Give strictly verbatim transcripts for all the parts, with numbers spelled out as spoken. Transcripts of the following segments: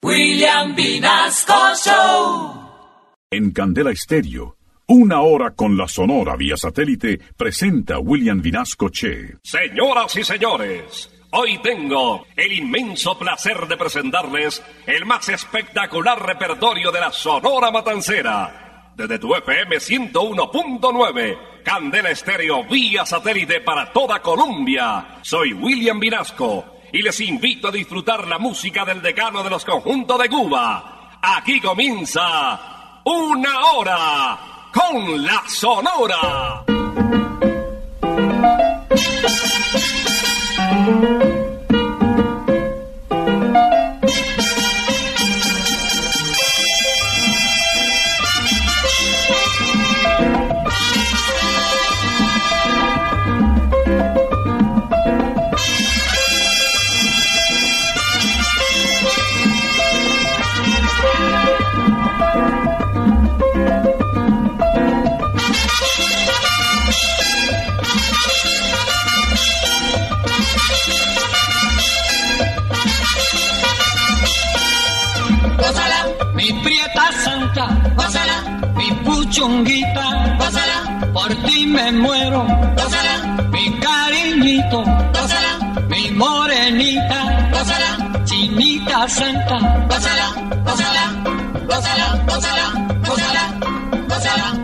William Vinasco Show. En Candela Estéreo, una hora con la Sonora vía satélite, presenta William Vinasco Che. Señoras y señores, hoy tengo el inmenso placer de presentarles el más espectacular repertorio de la Sonora Matancera. Desde tu F M ciento uno punto nueve, Candela Estéreo vía satélite para toda Colombia. Soy William Vinasco y les invito a disfrutar la música del decano de los conjuntos de Cuba. Aquí comienza Una Hora con la Sonora. Mi prieta santa, gózala, mi puchunguita, gózala, por ti me muero, gózala, mi cariñito, gózala, mi morenita, gózala, chinita santa, gózala, gózala, gózala, gózala, gózala, gózala.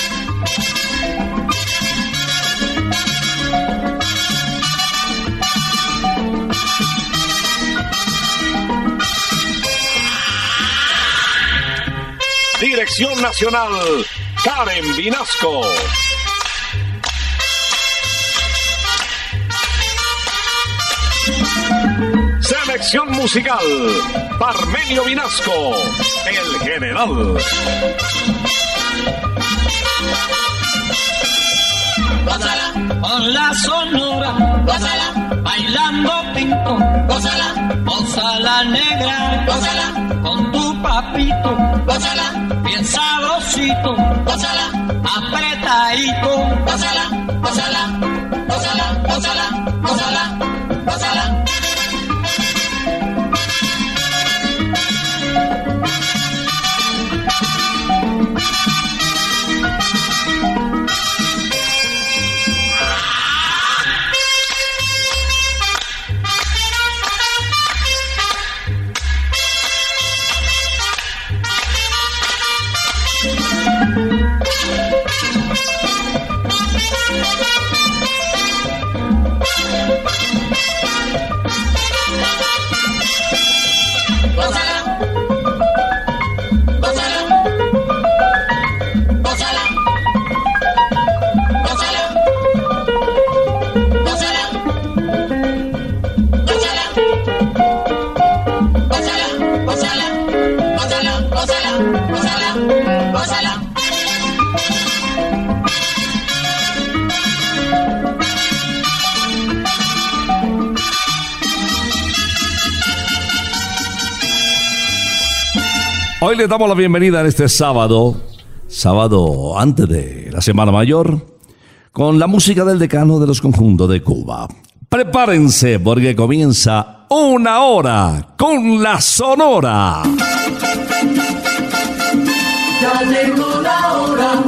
Dirección Nacional, Karen Vinasco. Selección musical, Parmenio Vinasco, el general. Gózala, con la Sonora, gózala, bailando pinto, gózala, gózala negra, gózala, con tu papito, gózala, bien sabrosito, gózala, apretadito, gózala, gózala, gózala, gózala, gózala, gózala. Hoy les damos la bienvenida en este sábado, sábado antes de la Semana Mayor, con la música del decano de los conjuntos de Cuba. Prepárense porque comienza Una Hora con la Sonora. Ya llegó la hora,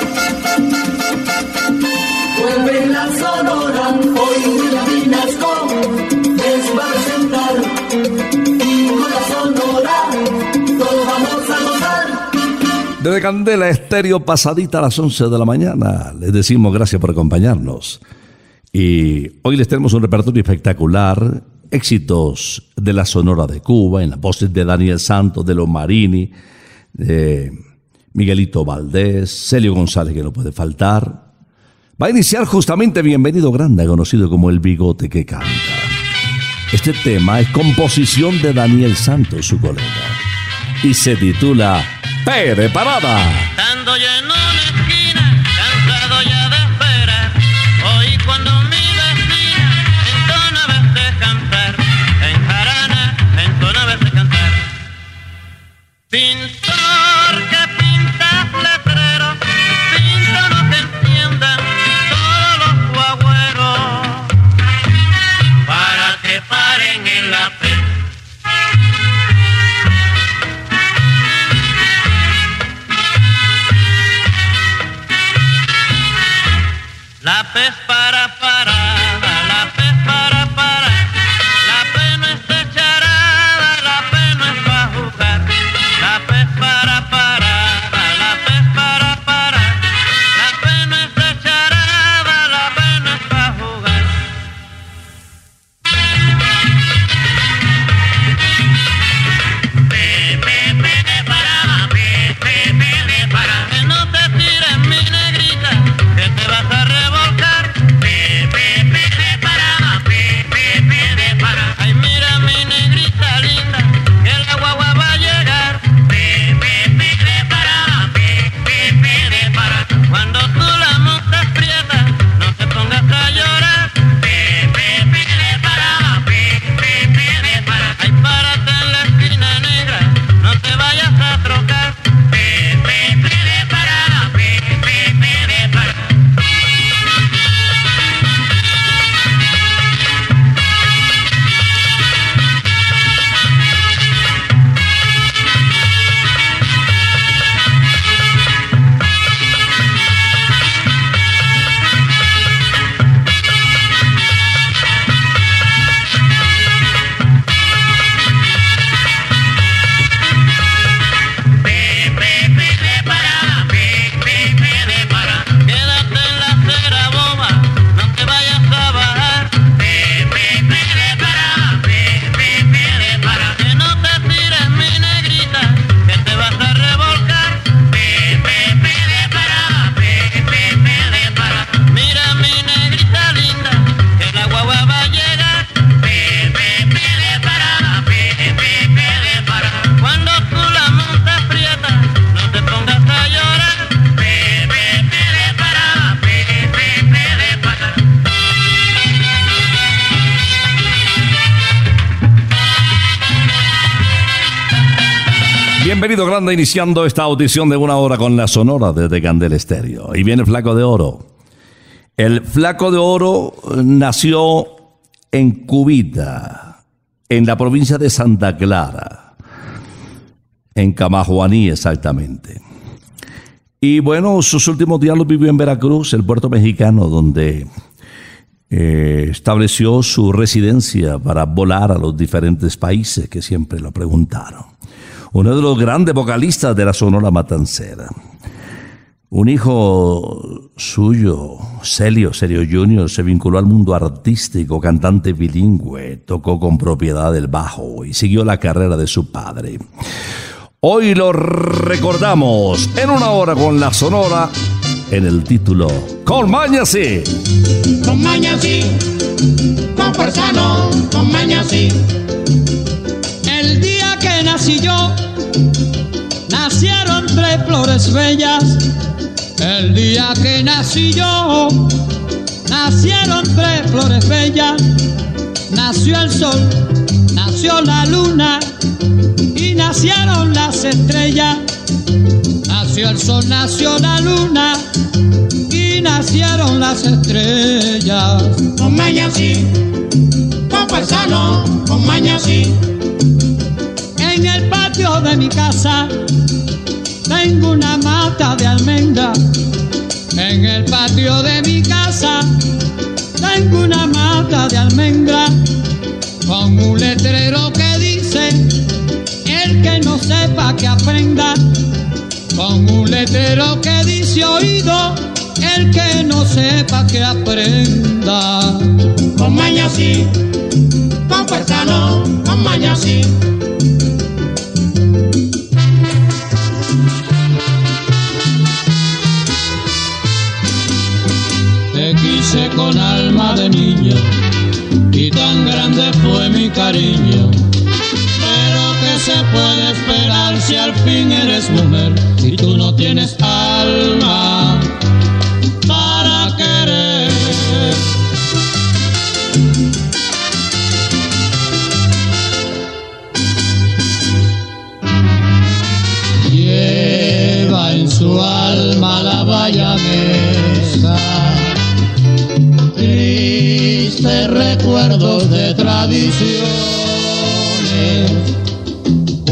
vuelve la Sonora, hoy William Vinasco les va a presentar, y con la Sonora todos vamos a gozar. Desde Candela Estéreo, pasadita a las once de la mañana, les decimos gracias por acompañarnos. Y hoy les tenemos un repertorio espectacular, éxitos de la Sonora de Cuba, en las voces de Daniel Santos, de Los Marini, de Miguelito Valdés, Celio González, que no puede faltar. Va a iniciar justamente Bienvenido Grande, conocido como El Bigote que Canta. Este tema es composición de Daniel Santos, su colega, y se titula Pere Parada. Estando lleno en la esquina, cansado ya de esperar, oí cuando mi vecina entona vez de cantar, en jarana entona vez de cantar. Pintor que pinta letreros, pinta lo que entiendan todos los guagüeros, para que paren en la P. pez para parada, la pez para parar. La pez no está charada, la pez no es para jugar. La pez para parada, la pez para parar. La pez no está charada, la pez no es para jugar. Pe, pe, pe de para, pe, pe, pe de para. Que no te tires, mi negrita, que te vas a revolcar. Pe, pe, pe de para, pe, pe, pe de para. Ay, mira mi negrita linda, que la guagua va a llegar. Pe, pe, pe de para, pe, pe, pe de para. Cuando tú la montas prieta, no te pongas a llorar. Pe, pe, pe de para, pe, pe, pe de para. Ay, párate en la esquina negra, no te vayas a trocar. Pe, pe, pe de para, pe, pe, pe de para. Pe, pe, pe de para, pe, pe, pe de para. Quédate en la acera, boba, no te vayas a bajar. Pe, pe, pe de para, pe, pe, pe de para. Que no te tires, mi negrita, que te vas a revolcar. Pe, pe, pe de para, pe, pe, pe de para. Mira mi negrita linda, que la guagua va a llegar. Pe, pe, pe de para, pe, pe, pe de para. Cuando tú la montas prieta, no te pongas a llorar. Pe, pe, pe de para, pe, pe, pe de para. Bienvenido grande, iniciando esta audición de una hora con la Sonora desde Candela Estéreo. Y viene el Flaco de Oro. El Flaco de Oro nació en Cubita, en la provincia de Santa Clara, en Camajuaní exactamente. Y bueno, sus últimos días los vivió en Veracruz, el puerto mexicano, donde eh, estableció su residencia para volar a los diferentes países que siempre lo preguntaron. Uno de los grandes vocalistas de la Sonora Matancera. Un hijo suyo, Celio, Celio junior, se vinculó al mundo artístico, cantante bilingüe, tocó con propiedad el bajo y siguió la carrera de su padre. Hoy lo recordamos en una hora con la Sonora en el título Con Maña Sí. Con maña sí, con fuerza no, con maña sí. El día que nací yo, nacieron tres flores bellas. El día que nací yo, nacieron tres flores bellas. Nació el sol, nació la luna y nacieron las estrellas. Nació el sol, nació la luna y nacieron las estrellas. Con maña sí, con fuerza no, con maña sí. En el patio de mi casa tengo una mata de almendra. En el patio de mi casa tengo una mata de almendra con un letrero que dice: el que no sepa que aprenda. Con un letrero que dice: oído, el que no sepa que aprenda. Con maña sí, con fuerza no, con maña sí. Te quise con alma de niño y tan grande fue mi cariño. Pero ¿qué se puede esperar si al fin eres mujer y tú no tienes alma para querer? Lleva en su alma la vallamesa, tristes recuerdos de tradiciones.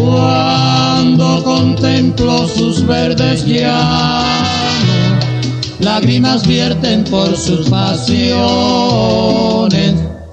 Cuando contemplo sus verdes llanos lágrimas vierten por sus pasiones.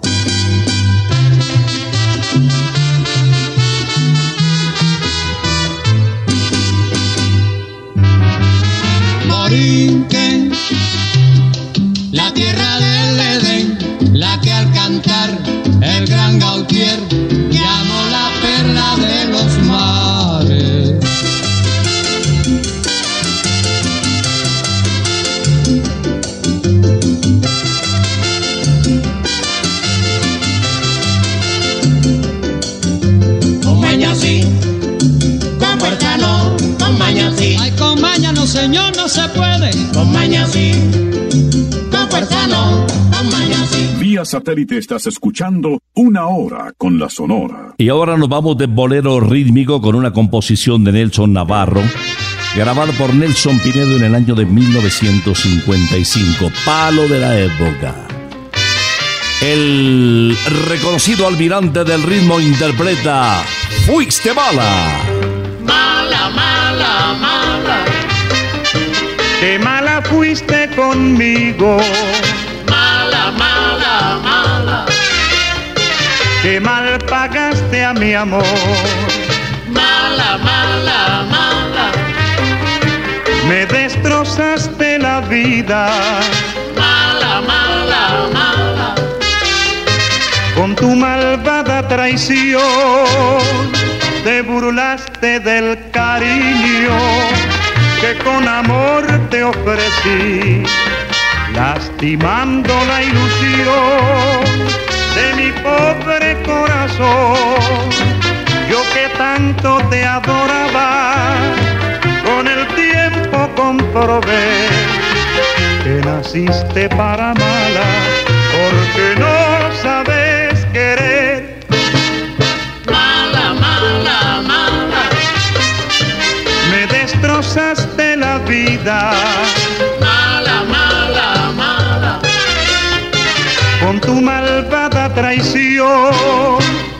Borinquen, la tierra del Edén, la que al cantar el gran Gautier llamó la perla de los mares. Con maña sí, con fuerza no, con maña sí. Ay, con maña no, señor, no se puede. Con maña sí, con fuerza no, con maña sí. Vía satélite estás escuchando Una Hora con la Sonora. Y ahora nos vamos de bolero rítmico con una composición de Nelson Navarro, grabado por Nelson Pinedo en el año de mil novecientos cincuenta y cinco, palo de la época. El reconocido almirante del ritmo interpreta Fuiste mala. Mala, mala, mala. Qué mala fuiste conmigo. Mala, mala, mala. Qué mal pagaste a mi amor. Mala, mala, mala. Me destrozaste la vida. Mala, mala, mala. Con tu malvada traición te burlaste del cariño que con amor te ofrecí, lastimando la ilusión de mi pobre corazón. Yo que tanto te adoraba, con el tiempo comprobé que naciste para mala, porque no sabes querer. Mala, mala, mala. Me destrozaste la vida. Mala, mala, mala. Con tu malvada traición.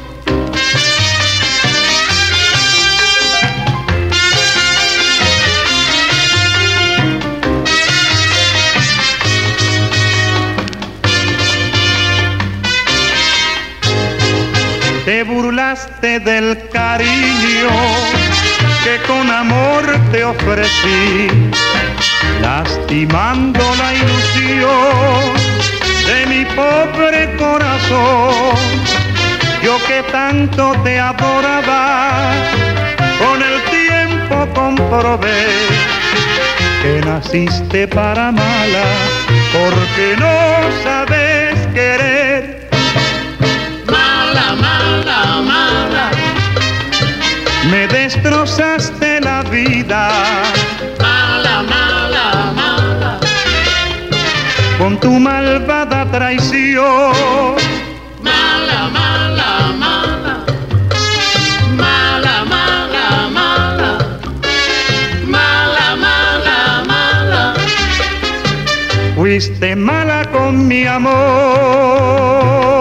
Te burlaste del cariño que con amor te ofrecí, lastimando la ilusión de mi pobre corazón. Yo que tanto te adoraba, con el tiempo comprobé que naciste para mala, porque no sabes querer. Mala, mala, mala. Me destrozaste la vida. Mala, mala, mala. Con tu malvada traición. Mala, mala, mala. Mala, mala, mala. Mala, mala, mala. Fuiste mala con mi amor.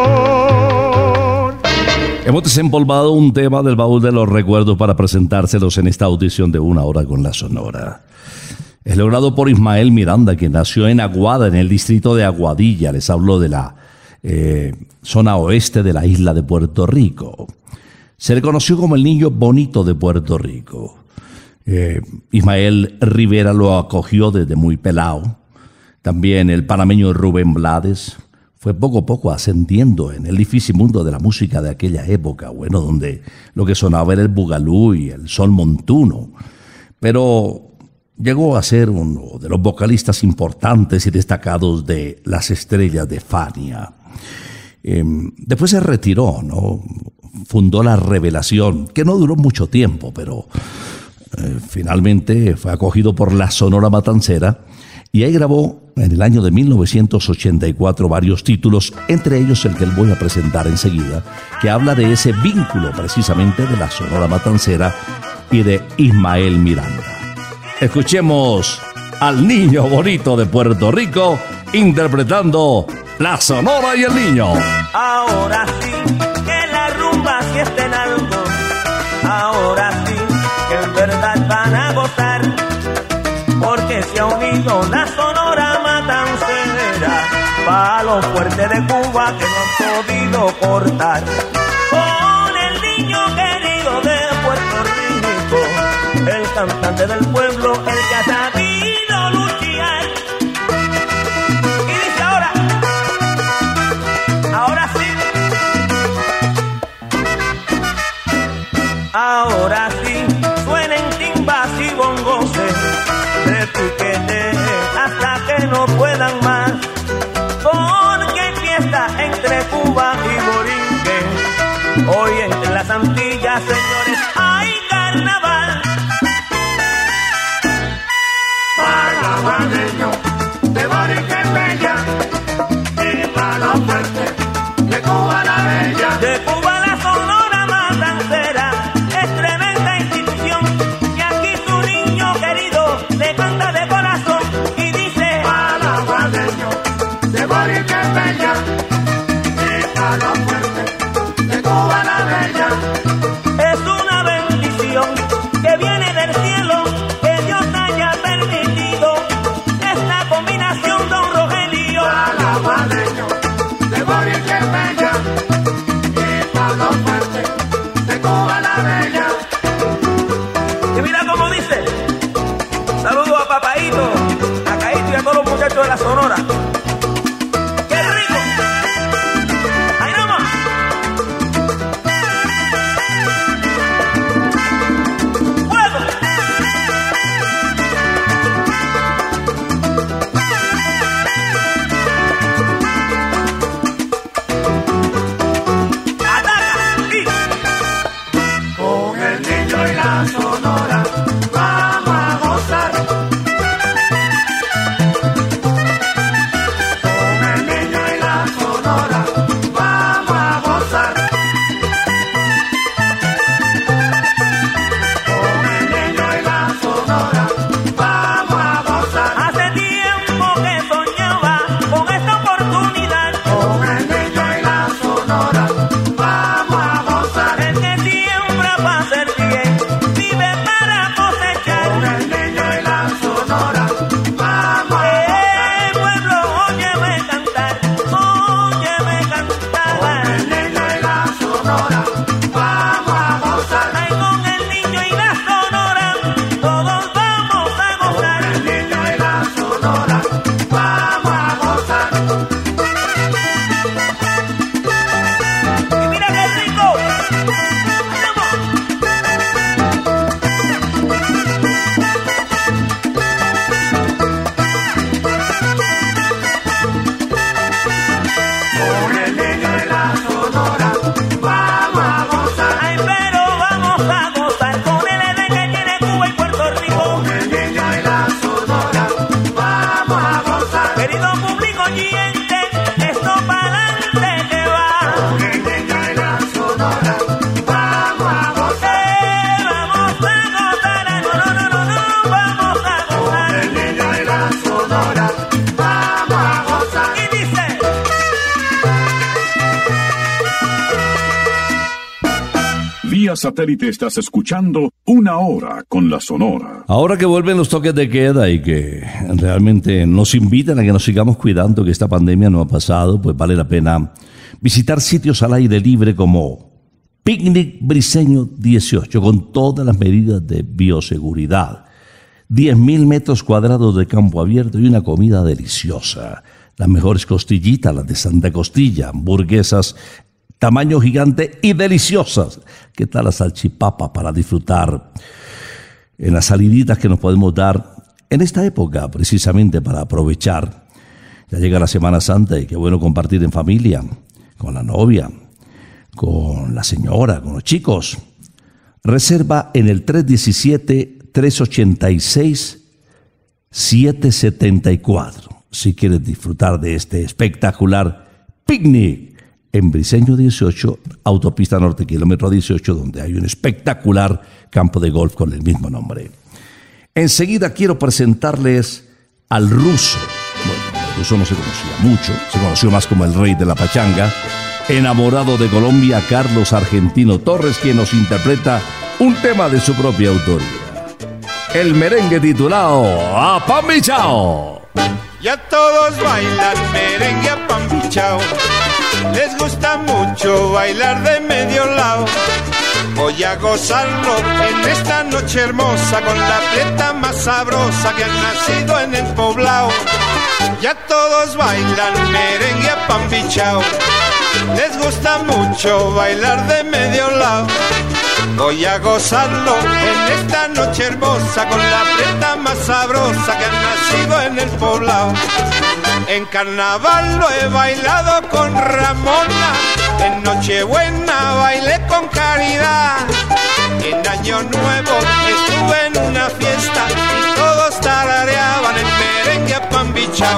Hemos desempolvado un tema del baúl de los recuerdos para presentárselos en esta audición de Una Hora con la Sonora. Es logrado por Ismael Miranda, quien nació en Aguada, en el distrito de Aguadilla. Les hablo de la eh, zona oeste de la isla de Puerto Rico. Se le conoció como el niño bonito de Puerto Rico. Eh, Ismael Rivera lo acogió desde muy pelado. También el panameño Rubén Blades fue poco a poco ascendiendo en el difícil mundo de la música de aquella época, bueno, donde lo que sonaba era el bugalú y el son montuno. Pero llegó a ser uno de los vocalistas importantes y destacados de las estrellas de Fania. Eh, después se retiró, ¿no? Fundó La Revelación, que no duró mucho tiempo, pero eh, finalmente fue acogido por la Sonora Matancera y ahí grabó en el año de mil novecientos ochenta y cuatro varios títulos, entre ellos el que les voy a presentar enseguida, que habla de ese vínculo precisamente de la Sonora Matancera y de Ismael Miranda. Escuchemos al niño bonito de Puerto Rico interpretando La Sonora y el Niño. Ahora sí, que la rumba sí está en algo. Ahora sí, que en verdad van a gozar, porque se ha unido la Sonora palo fuerte de Cuba que no han podido cortar. Con el niño querido de Puerto Rico, el cantante del pueblo, el que ha sabido luchar. Y dice ahora, ahora sí, ahora sí, suenen timbas y bongoses, repiqueten hasta que no puedan más, porque fiesta entre Cuba y Borinquen. Hoy entre las Antillas, señores, hay carnaval. Panaguaneño de Borinquen bella y palo fuerte de Cuba la bella. De Cuba la Sonora Matancera es tremenda institución, y aquí su niño querido le canta de corazón y dice: Panaguaneño de Borinquen bella y palo fuerte de Cuba la bella. es una bendición que viene del cielo, que Dios haya permitido esta combinación, don Rogelio. Panaguaneño de Borinquen bella y palo fuerte de Cuba la bella. Y mira cómo dice: saludo a Papaíto, a Caíto y a todos los muchachos de la Sonora. ¡Qué rico! ¡Ahí vamos! ¡Fuego! ¡Ataca! ¡Y! Con el niño y la Sonora vamos a gozar. Con el niño y la Sonora vamos a gozar. Con el niño y la Sonora vamos a gozar. Hace tiempo que soñaba con esta oportunidad. Con el niño y la Sonora vamos a gozar. El que siembra para hacer bien, vive para cosechar. Con el niño y la Sonora vamos a ¡Eh, pueblo, óyeme cantar! ¡Óyeme cantar! Con el niño y la Sonora vamos a gozar. Ay, con el niño y la Sonora todos vamos a Con gozar. el niño y la Sonora vamos a gozar. Y mira qué rico. ¡Vamos! Con el niño y la Sonora vamos a gozar. Ay, pero vamos a gozar con el Edén que tiene Cuba y Puerto Rico. Con el niño y la Sonora vamos a gozar. Querido público oyente, esto pa'lante que va. Con el niño y la Sonora vamos a gozar. Eh, vamos a gozar. Ah, no, no, no, no, no, vamos a Con gozar. el niño y la Sonora vamos a gozar. Y dice: Vía satélite estás escuchando Una Hora con la Sonora. Ahora que vuelven los toques de queda y que realmente nos invitan a que nos sigamos cuidando, que esta pandemia no ha pasado, pues vale la pena visitar sitios al aire libre como Picnic Briceño dieciocho, con todas las medidas de bioseguridad. diez mil metros cuadrados de campo abierto y una comida deliciosa. Las mejores costillitas, las de Santa Costilla, hamburguesas tamaño gigante y deliciosas. ¿Qué tal la salchipapa para disfrutar en las saliditas que nos podemos dar en esta época, precisamente para aprovechar? Ya llega la Semana Santa y qué bueno compartir en familia, con la novia, con la señora, con los chicos. Reserva en el tres uno siete, tres ocho seis, siete siete cuatro si quieres disfrutar de este espectacular picnic en Briceño dieciocho, autopista norte, kilómetro dieciocho, donde hay un espectacular campo de golf con el mismo nombre. Enseguida quiero presentarles al ruso. Bueno, el ruso no se conocía mucho, se conoció más como el rey de la pachanga, enamorado de Colombia, Carlos Argentino Torres, quien nos interpreta un tema de su propia autoría. El merengue titulado A Pan Mi Chao. Ya todos bailan merengue apambichao. Les gusta mucho bailar de medio lado. Voy a gozarlo en esta noche hermosa con la prieta más sabrosa que ha nacido en el poblado. Ya todos bailan merengue apambichao. Les gusta mucho bailar de medio lado. Voy a gozarlo en esta noche hermosa con la prieta más sabrosa que ha nacido en el poblado. En carnaval lo he bailado con Ramona, en Nochebuena bailé con Caridad, en Año Nuevo estuve en una fiesta y todos tarareaban el merengue apambichao.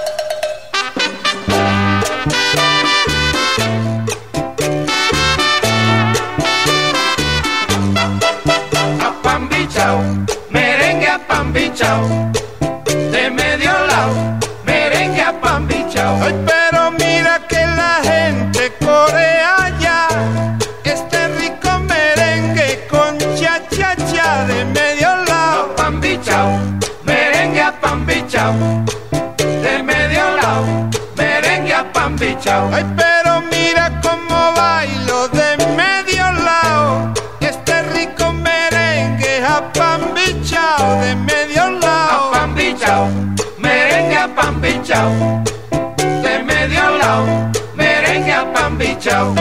Apambichao, merengue apambichao, de medio lado, merengue apambichao. Ay, pero mira que la gente corea ya este rico merengue con cha cha cha de medio lado. Apambichao, merengue apambichao, de medio lado, merengue apambichao. Ay, pero mira cómo bailo de medio lado este rico merengue apambichao, de medio lado. Apambichao, merengue apambichao, de medio lado, merengue apambichao.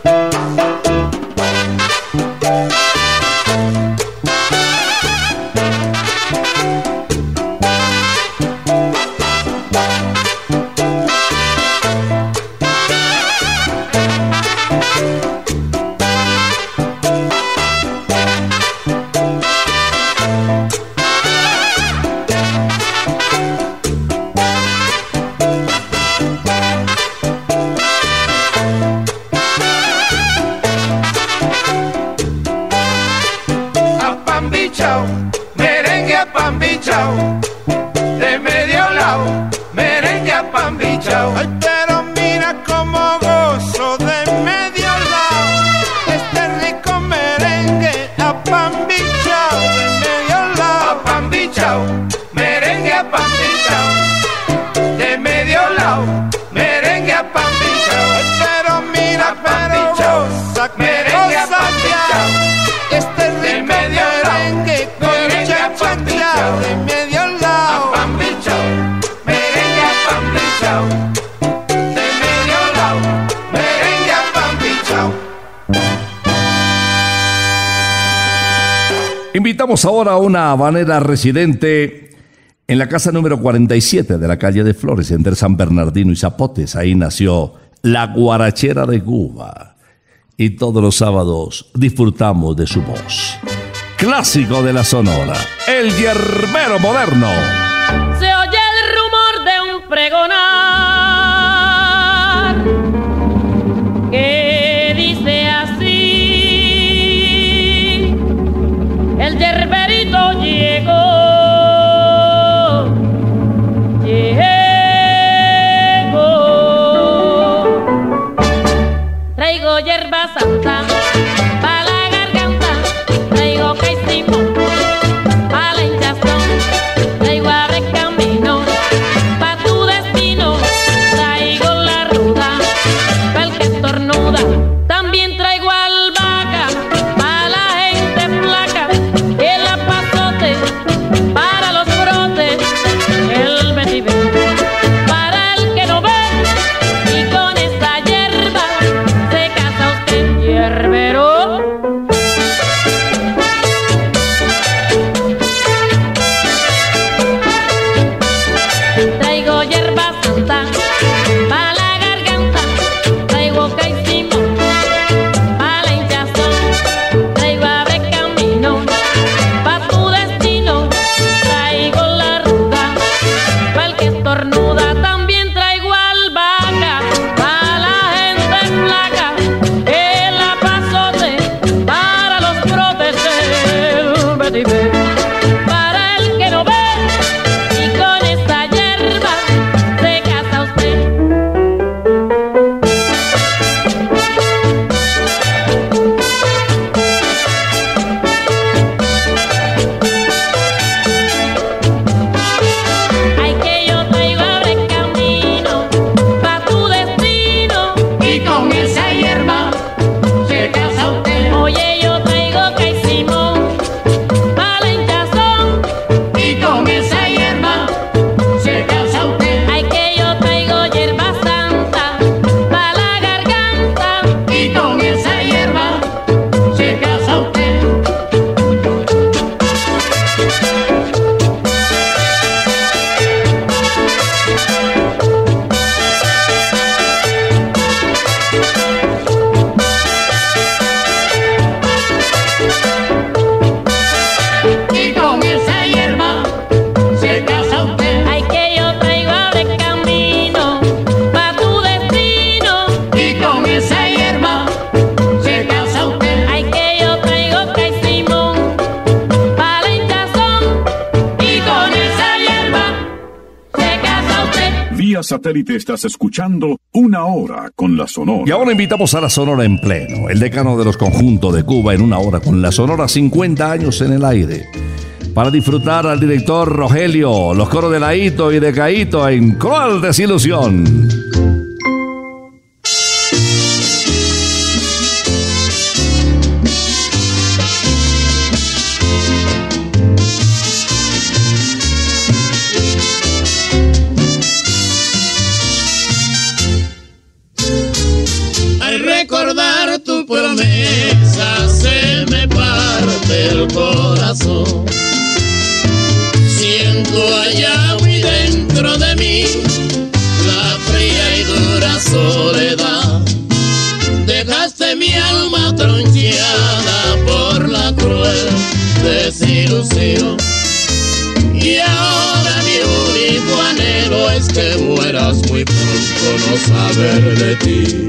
Merengue apambichao, de medio lado, merengue apambichao. Ay, pero mira cómo gozo de medio lado este rico merengue apambichao, de medio lado. Apambichao, merengue apambichao, de medio lado, merengue apambichao. Ay, pero mira, pero goza, merengue apambichao, este rico merengue con cha-cha-cha de medio lado. Apambichao, merengue apambichao, de medio lado, merengue apambichao. Invitamos ahora a una habanera residente en la casa número cuarenta y siete de la calle de Flores, entre San Bernardino y Zapotes. Ahí nació la guarachera de Cuba. Y todos los sábados disfrutamos de su voz. Clásico de la Sonora, el yerbero moderno. Se oye el rumor de un pregonar que dice así: el yerberito llegó, llegó. Traigo yerba santa pa' la garganta, traigo caicimo pa' la hinchazón, traigo ave camino pa' tu destino, traigo la ruda pa' el que estornuda, también traigo albahaca pa' la gente flaca, el apazote para los brotes, el vetiver para el que no ve, y con esa hierba se casa usted, yerbero. Traigo hierba santa pa' la garganta, traigo caicimo pa' la hinchazón, traigo abre camino pa' tu destino, traigo la ruda pa' el que estornuda, también traigo albahaca pa' la gente flaca, el apazote para los brotes, el vetiver para el que no ve, y con esta hierba se casa usted. Ay, que yo traigo Vía satélite estás escuchando Una Hora con la Sonora. Y ahora invitamos a la Sonora en pleno, el decano de los conjuntos de Cuba en Una Hora con la Sonora, cincuenta años en el aire. Para disfrutar al director Rogelio, los coros de Laito y de Caíto en Cruel Desilusión. Recordar tu promesa se me parte el corazón. Siento allá muy dentro de mí la fría y dura soledad. Dejaste mi alma troncheada por la cruel desilusión. Y ahora mi único anhelo es que mueras muy pronto, no saber de ti.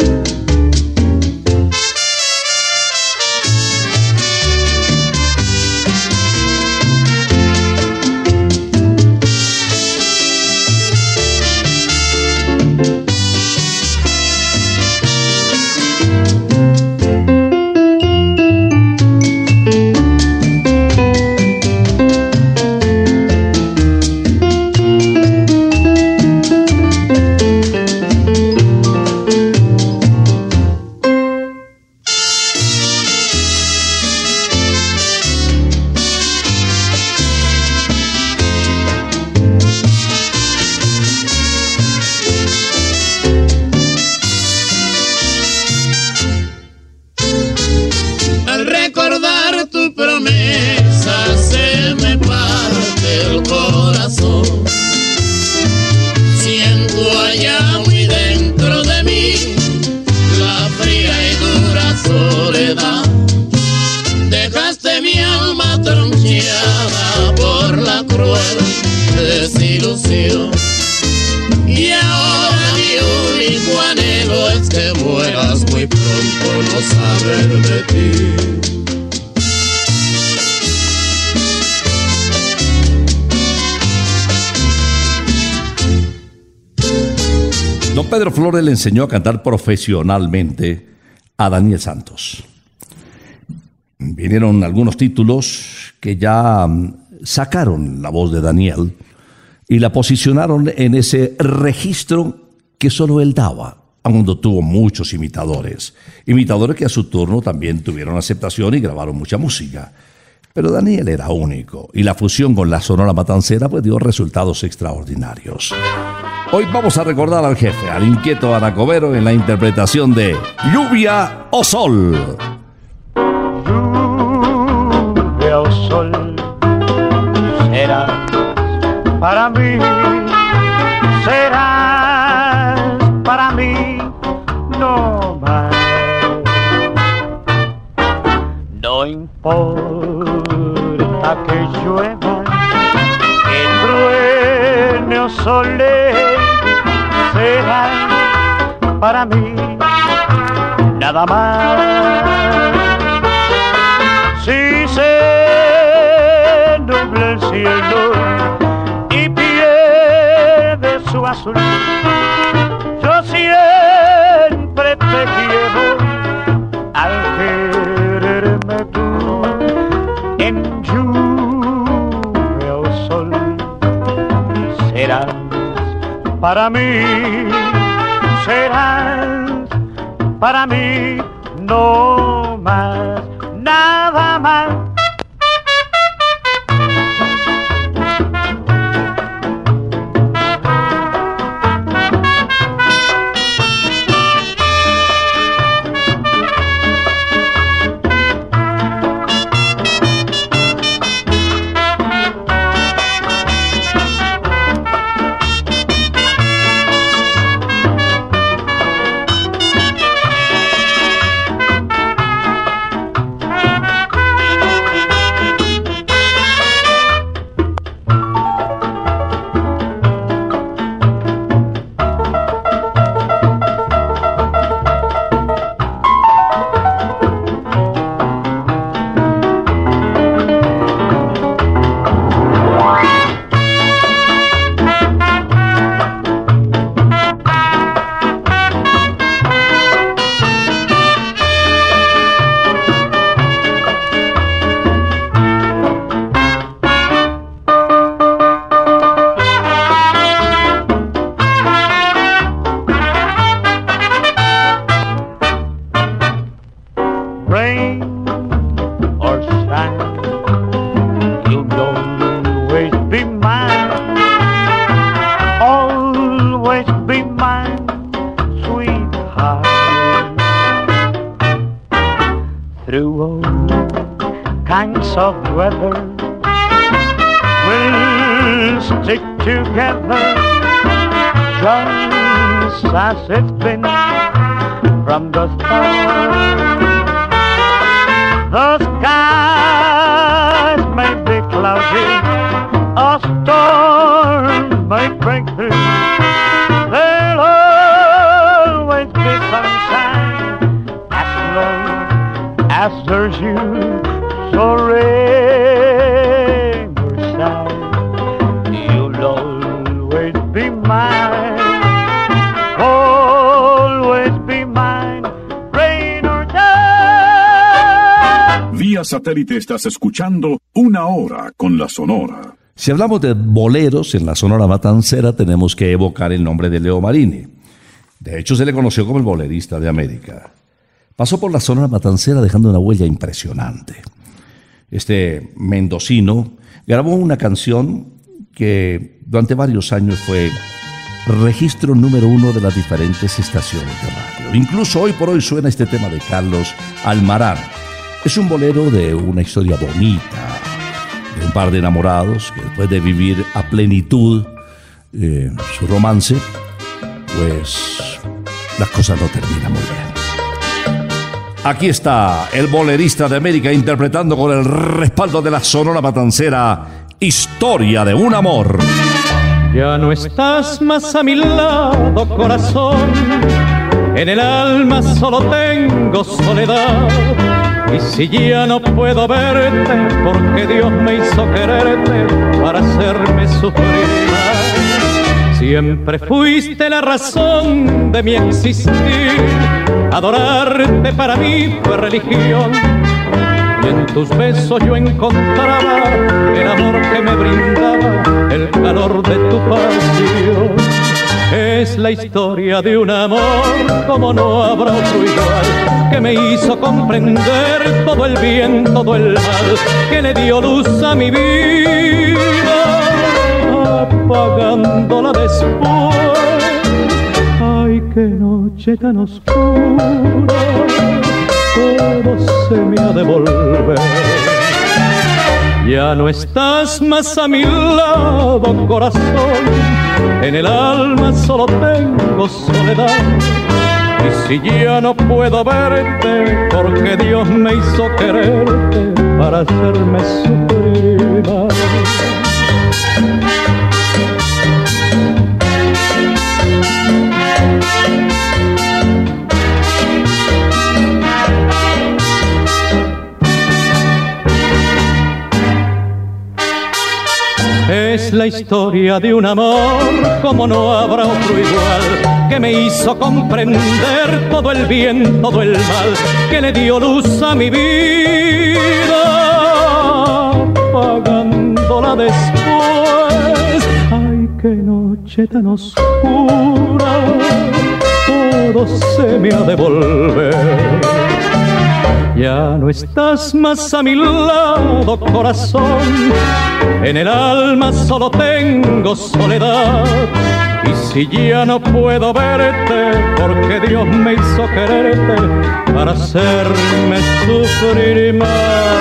Don Pedro Flores le enseñó a cantar profesionalmente a Daniel Santos. Vinieron algunos títulos que ya sacaron la voz de Daniel y la posicionaron en ese registro que solo él daba, aunque tuvo muchos imitadores. Imitadores que a su turno también tuvieron aceptación y grabaron mucha música. Pero Daniel era único y la fusión con la Sonora Matancera pues dio resultados extraordinarios. Hoy vamos a recordar al jefe, al inquieto Anacobero en la interpretación de Lluvia o Sol. Lluvia o sol será para mí, será para mí no más. No importa que llueva, que truene o sole, será para mí nada más. Si se nubla el cielo y pierde su azul, yo siempre te quiero al quererme tú. En lluvia o sol serás para mí, serás para mí no más, nada más. soft weather will stick together just as it's been from the start. The skies may be cloudy, a storm may break through. There'll always be sunshine as long as there's you. So rain or shine, you'll always be mine. Always be mine, rain or shine. Vía satélite estás escuchando Una Hora con la Sonora. Si hablamos de boleros en la Sonora Matancera, tenemos que evocar el nombre de Leo Marini. De hecho, se le conoció como el bolerista de América. Pasó por la Sonora Matancera dejando una huella impresionante. Este mendocino grabó una canción que durante varios años fue registro número uno de las diferentes estaciones de radio. Incluso hoy por hoy suena este tema de Carlos Almarán. Es un bolero de una historia bonita, de un par de enamorados que después de vivir a plenitud eh, su romance, pues las cosas no terminan muy bien. Aquí está el bolerista de América interpretando con el respaldo de la Sonora Matancera Historia de un amor. Ya no estás más a mi lado, corazón. En el alma solo tengo soledad. Y si ya no puedo verte, porque Dios me hizo quererte para hacerme sufrir más. Siempre fuiste la razón de mi existir. Adorarte para mí fue religión. Y en tus besos yo encontraba el amor que me brindaba, el calor de tu pasión. Es la historia de un amor como no habrá otro igual, que me hizo comprender todo el bien, todo el mal, que le dio luz a mi vida, apagándola después. Ay, qué noche tan oscura, todo se me ha de volver. Ya no estás más a mi lado, corazón. En el alma solo tengo soledad. Y si ya no puedo verte, porque Dios me hizo quererte para hacerme sufrir más. Es la historia de un amor como no habrá otro igual, que me hizo comprender todo el bien, todo el mal, que le dio luz a mi vida, apagándola después. Ay, qué noche tan oscura, todo se me ha de volver. Ya no estás más a mi lado, corazón. En el alma solo tengo soledad. Y si ya no puedo verte, porque Dios me hizo quererte para hacerme sufrir más.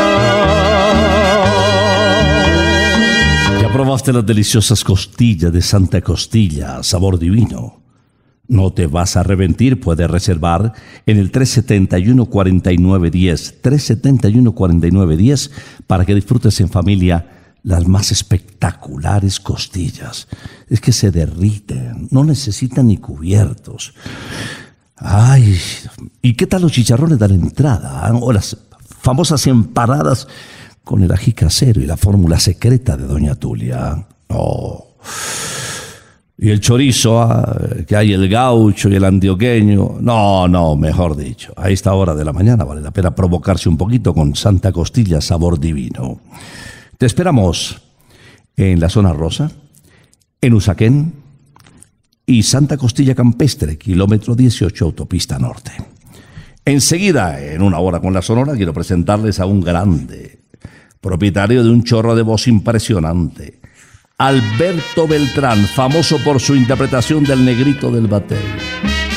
¿Ya probaste las deliciosas costillas de Santa Costilla, sabor divino? No te vas a arrepentir, puedes reservar en el tres setenta y uno, cuarenta y nueve diez, tres setenta y uno, cuarenta y nueve diez, para que disfrutes en familia las más espectaculares costillas. Es que se derriten, no necesitan ni cubiertos. Ay, ¿y qué tal los chicharrones de la entrada? O las famosas empanadas con el ají casero y la fórmula secreta de Doña Tulia. Oh. Y el chorizo, ah, que hay el gaucho y el antioqueño. No, no, mejor dicho. A esta hora de la mañana vale la pena provocarse un poquito con Santa Costilla, sabor divino. Te esperamos en la zona rosa, en Usaquén y Santa Costilla Campestre, kilómetro dieciocho, autopista norte. Enseguida, en una hora con la Sonora, quiero presentarles a un grande, propietario de un chorro de voz impresionante, Alberto Beltrán, famoso por su interpretación del Negrito del Batey.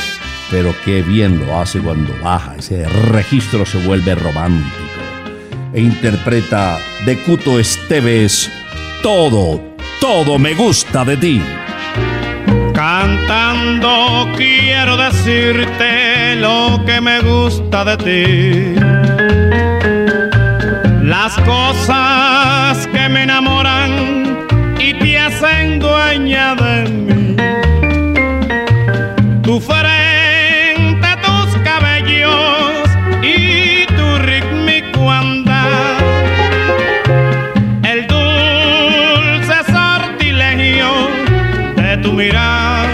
Pero qué bien lo hace cuando baja, ese registro se vuelve romántico. e interpreta de Cuto Esteves Todo, todo me gusta de ti. Cantando quiero decirte lo que me gusta de ti, las cosas que me enamoran y te hacen dueña de mí. Tu frente, tus cabellos y tu rítmico andar, el dulce sortilegio de tu mirar.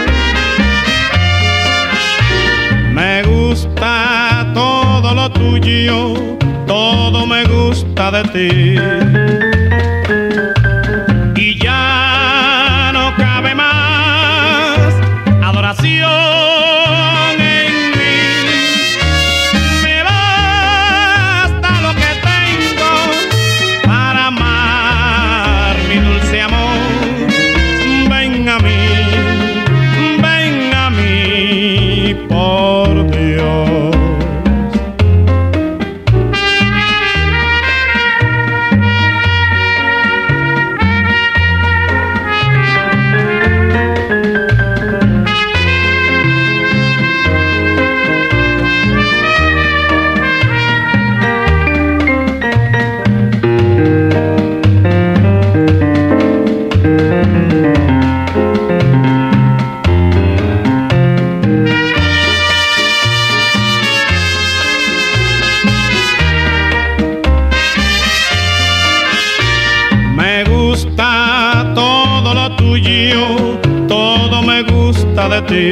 Me gusta todo lo tuyo, todo me gusta de ti. Y ya no cabe más adoración en mí. Me basta lo que tengo para amar mi dulce amor. Ven a mí, ven a mí, por Dios. Todo me gusta de ti.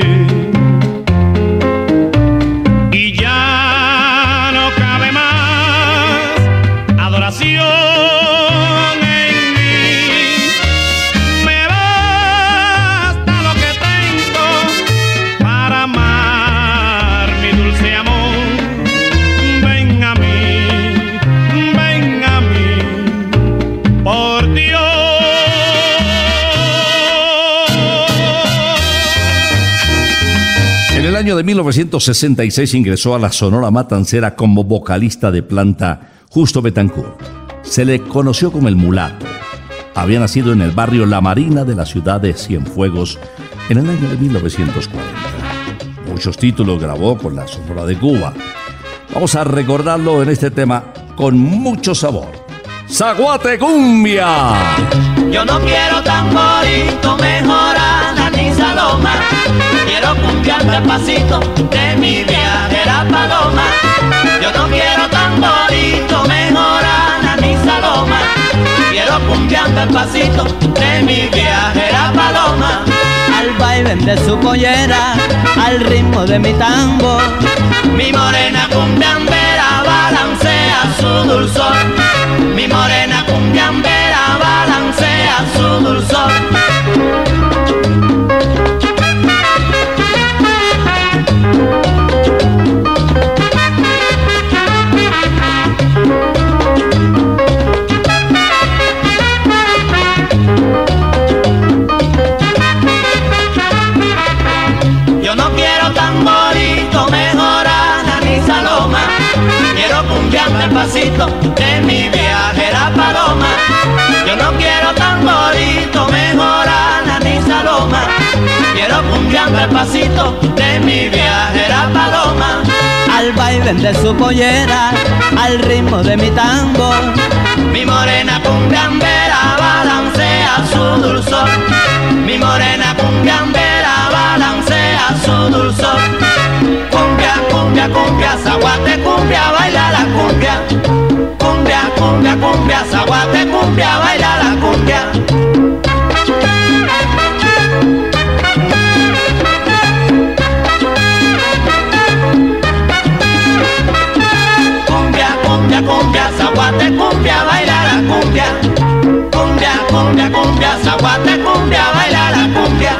Y ya no cabe más adoración en mí. Me basta lo que tengo para amar mi dulce amor. Ven a mí, ven a mí, por Dios. En el año de mil novecientos sesenta y seis ingresó a la Sonora Matancera como vocalista de planta Justo Betancourt. Se le conoció como el Mulato. Había nacido en el barrio La Marina de la ciudad de Cienfuegos en el año de mil novecientos cuarenta. Muchos títulos grabó con la Sonora de Cuba. Vamos a recordarlo en este tema con mucho sabor. ¡Zaguate Cumbia! Yo no quiero tamborito, mejor Ana ni Saloma. Quiero cumbiar despacito de mi viajera paloma. Yo no quiero tamborito, mejor Ana ni Saloma. Quiero cumbiar despacito de mi viajera paloma. Al baile de su pollera, al ritmo de mi tambor, mi morena cumbiambera balancea su dulzor. Mi morena cumbiambera balancea su dulzor. Yo no quiero tamborito, mejor Ana ni Saloma. Quiero cumbiar despacito de mi viajera paloma. Yo no quiero tamborito, mejor Ana ni Saloma. Quiero cumbiar despacito de mi viajera paloma. al baile de su pollera, al ritmo de mi tambor. Mi morena cumbiambera balancea su dulzor. Mi morena cumbiambera balancea su dulzor. Cumbia, cumbia, cumbia, zaguate, cumbia, baila la cumbia. Cumbia, cumbia, cumbia, zaguate, cumbia, baila la cumbia. Cumbia, cumbia, zaguate, cumbia, baila la cumbia. Cumbia, cumbia, cumbia, zaguate, cumbia, baila la cumbia.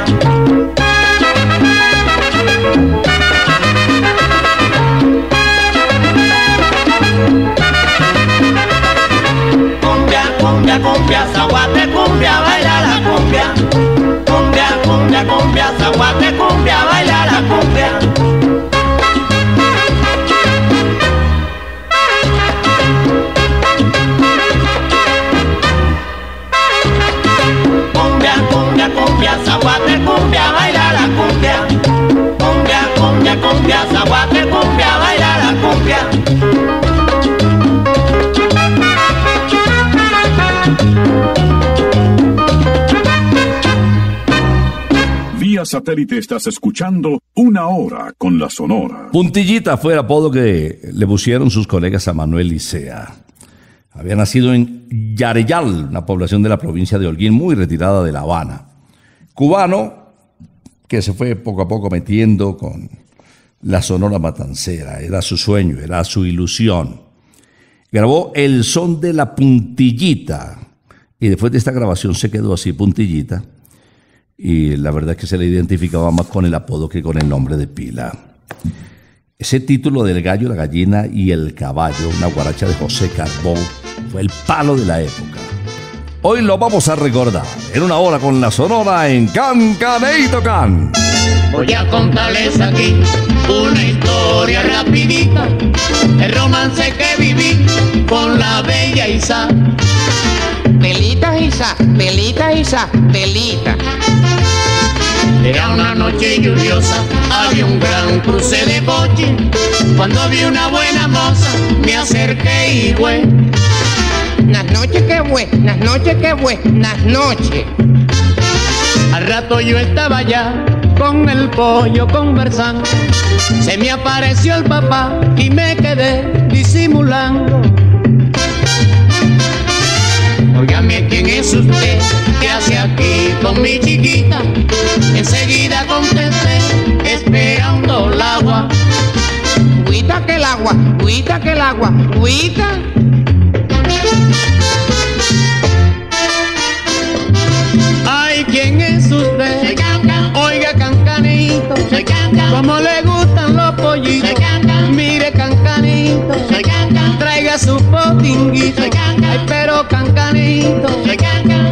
Cumbia, cumbia, cumbia, zaguate, cumbia, baila la cumbia. Cumbia, cumbia, cumbia, zaguate, cumbia, baila la cumbia. Vía satélite estás escuchando Una Hora con la Sonora. Puntillita fue el apodo que le pusieron sus colegas a Manuel Licea. Había nacido en Yareyal, una población de la provincia de Holguín, muy retirada de La Habana. Cubano, que se fue poco a poco metiendo con la Sonora Matancera. Era su sueño, era su ilusión. Grabó El Son de la Puntillita. Y después de esta grabación se quedó así, Puntillita. Y la verdad es que se le identificaba más con el apodo que con el nombre de pila. Ese título del gallo, la gallina y el caballo, una guaracha de José Carbó, fue el palo de la época. Hoy lo vamos a recordar en Una Hora con la Sonora en Can Caneito Can. Voy a contarles aquí una historia rapidita, el romance que viví con la bella Isa. Pelita Isa, pelita Isa, pelita. Era una noche lluviosa, había un gran cruce de coche. Cuando vi una buena moza, me acerqué y güey. Las noches que güey, las noches que güey, las noches. Al rato yo estaba allá con el pollo conversando. Se me apareció el papá y me quedé disimulando. Óigame, ¿quién es usted? ¿Qué hace aquí con mi chiquita? Enseguida contesté, esperando el agua. Agüita que el agua, agüita que el agua, agüita. Ay, ¿quién es usted? Soy Cancan. Oiga, Cancanito. Soy Cancan. ¿Cómo le gustan los pollitos? Soy Cancan. Mire, Cancanito. Soy Cancan. Traiga su potinguito. Soy Cancan. Ay, pero Cancanito. Soy Cancan.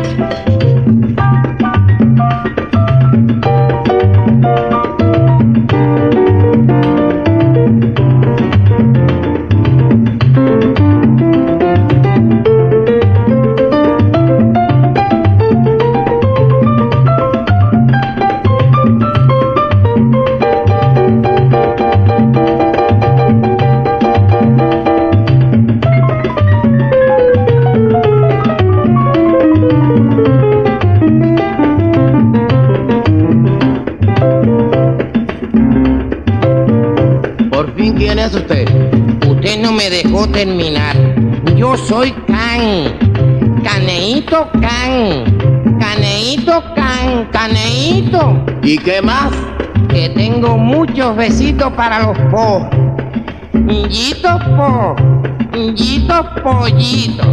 ¿Quién es usted? Usted no me dejó terminar. Yo soy Can, Caneito Can, Caneito Can, Caneito. ¿Y qué más? Que tengo muchos besitos para los po. Yitos po, yitos pollitos.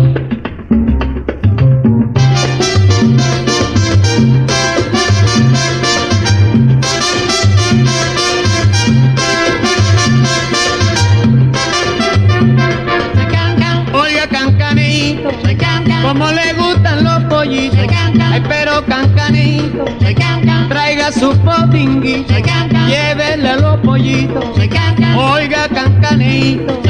Como le gustan los pollitos, ay, pero Cancanito, traiga su potinguito, llévele los pollitos, oiga Cancanito.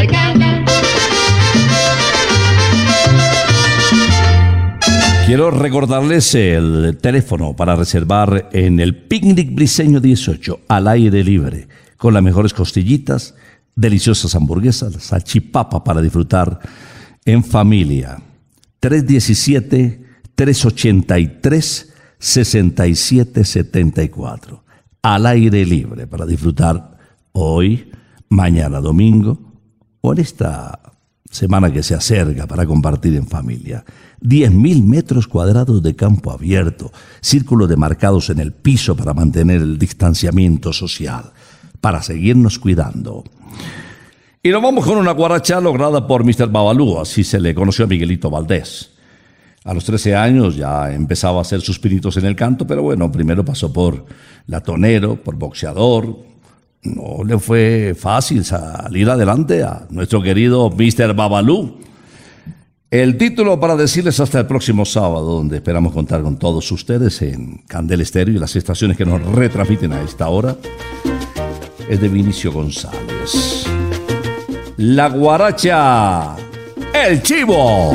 Quiero recordarles el teléfono para reservar en el Picnic Briseño dieciocho, al aire libre, con las mejores costillitas, deliciosas hamburguesas, salchipapa para disfrutar en familia. tres uno siete, tres ocho tres, seis siete siete cuatro. Al aire libre para disfrutar hoy, mañana domingo o en esta semana que se acerca para compartir en familia. diez mil metros cuadrados de campo abierto, círculos demarcados en el piso para mantener el distanciamiento social, para seguirnos cuidando. Y nos vamos con una guaracha lograda por mister Babalú, así se le conoció a Miguelito Valdés. A los trece años ya empezaba a hacer sus pinitos en el canto, pero bueno, primero pasó por latonero, por boxeador. No le fue fácil salir adelante a nuestro querido mister Babalú. El título para decirles hasta el próximo sábado, donde esperamos contar con todos ustedes en Candela Estéreo y las estaciones que nos retransmiten a esta hora, es de Vinicio González. La guaracha, el chivo.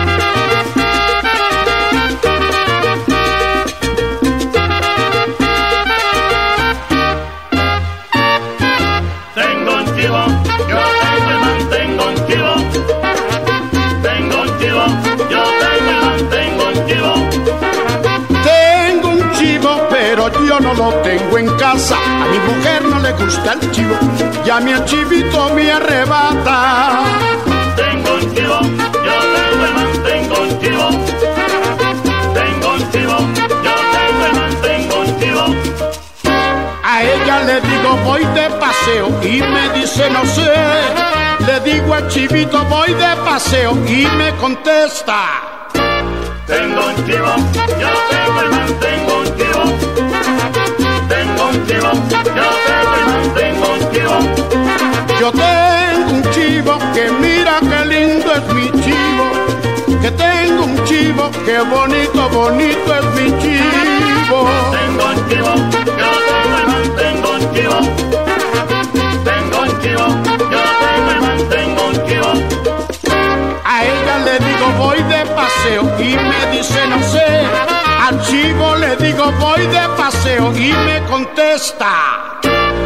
Tengo un chivo, yo tengo y mantengo un chivo. Tengo un chivo, yo tengo y mantengo un chivo. Tengo un chivo, pero yo no lo lo tengo en casa. A mi mujer no le gusta el chivo, y a mi chivito me arrebata. Tengo un chivo, yo tengo el mantengo un chivo. Tengo un chivo, yo tengo el mantengo un chivo. A ella le digo voy de paseo y me dice no sé. Le digo al chivito voy de paseo y me contesta. Tengo un chivo, yo tengo el mantengo un chivo. Tengo un chivo, yo tengo el mantengo un chivo. Yo tengo un chivo que mira qué lindo es mi chivo. Que tengo un chivo, qué bonito, bonito es mi chivo. Tengo un chivo, yo tengo el mantengo un chivo. Tengo un chivo, yo tengo el mantengo un chivo. A ella le digo voy de paseo y me dice no sé. Al chivo le digo voy de paseo y me contesta.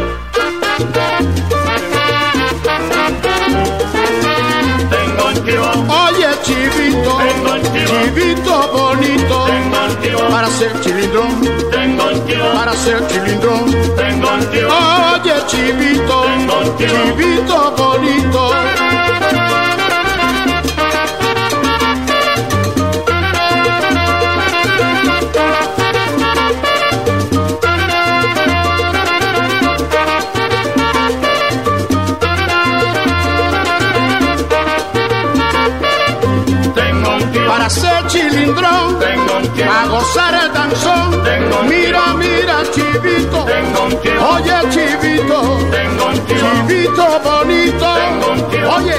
Tengo un chivo. Oye chivito, tengo un chivo. Chivito bonito, tengo un chivo. Para ser chilindrón, tengo un chivo. Para ser chilindrón, tengo un chivo. Oye chivito, tengo un chivo. Chivito bonito. Para ser chilindrón, a gozar el danzón. Mira, mira, chivito, oye, chivito, chivito bonito, oye.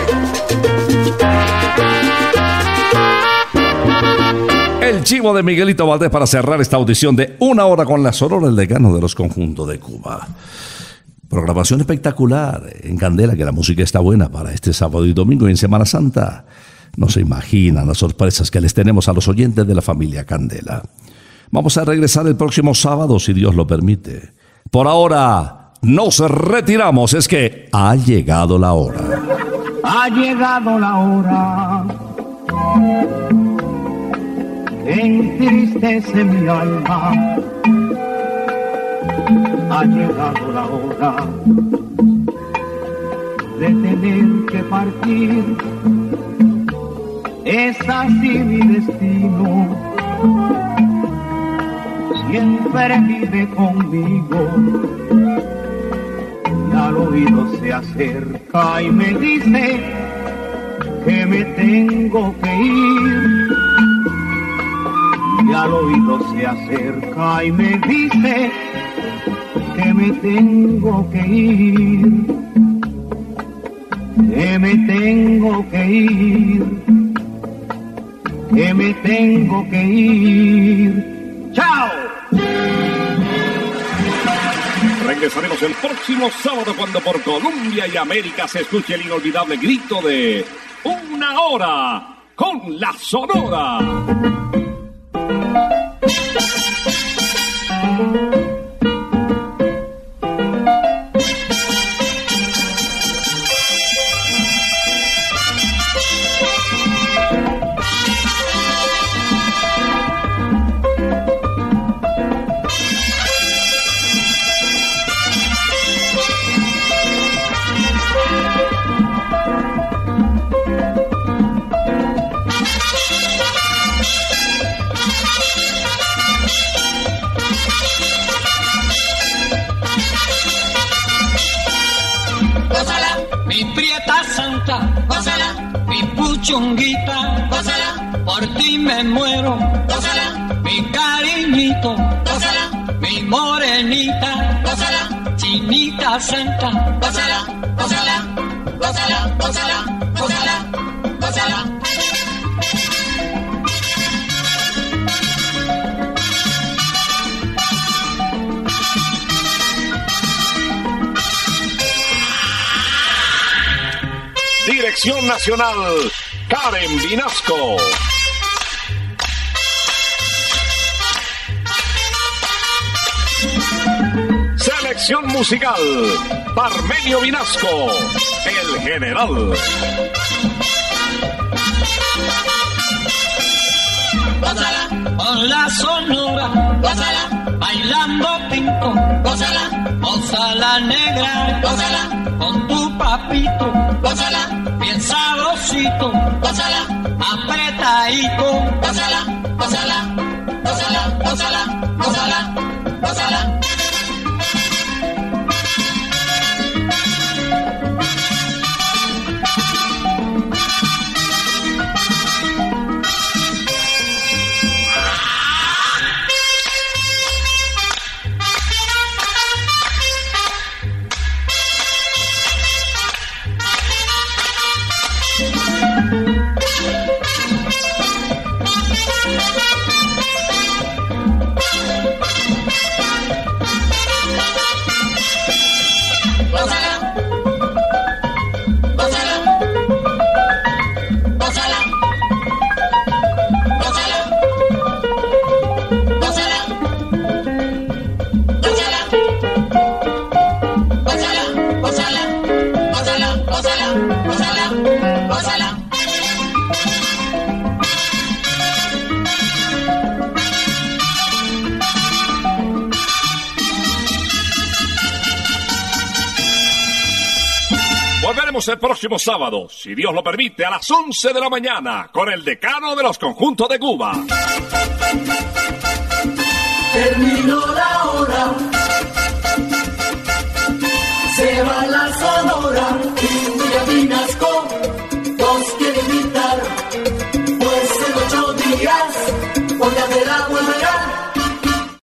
El chivo de Miguelito Valdés para cerrar esta audición de Una Hora con la Sonora, el decano de los conjuntos de Cuba. Programación espectacular en Candela, que la música está buena para este sábado y domingo y en Semana Santa. No se imaginan las sorpresas que les tenemos a los oyentes de la familia Candela. Vamos a regresar el próximo sábado, si Dios lo permite. Por ahora, nos retiramos. Es que ha llegado la hora. Ha llegado la hora que entristece mi alma. Ha llegado la hora de tener que partir. Es así mi destino, siempre vive conmigo. Y al oído se acerca y me dice que me tengo que ir. Y al oído se acerca y me dice que me tengo que ir. Que me tengo que ir. Que me tengo que ir. ¡Chao! Regresaremos el próximo sábado cuando por Colombia y América se escuche el inolvidable grito de Una Hora con la Sonora. Mi prieta santa, gózala, mi puchunguita, gózala, por ti me muero, gózala, mi cariñito, gózala, mi morenita, gózala, chinita santa, gózala, gózala, gózala, gózala, gózala, gózala. Dirección Nacional, Karen Vinasco. Selección musical, Parmenio Vinasco, el general. Gózala, con la Sonora, gózala, baila. bailando tinto, gózala, gózala negra, gózala, con tu papito, gózala, bien sabrosito, gózala, apretadito, gózala, gózala, gózala, gózala, gózala, gózala. El próximo sábado, si Dios lo permite, a las once de la mañana, con el decano de los conjuntos de Cuba. Terminó la hora.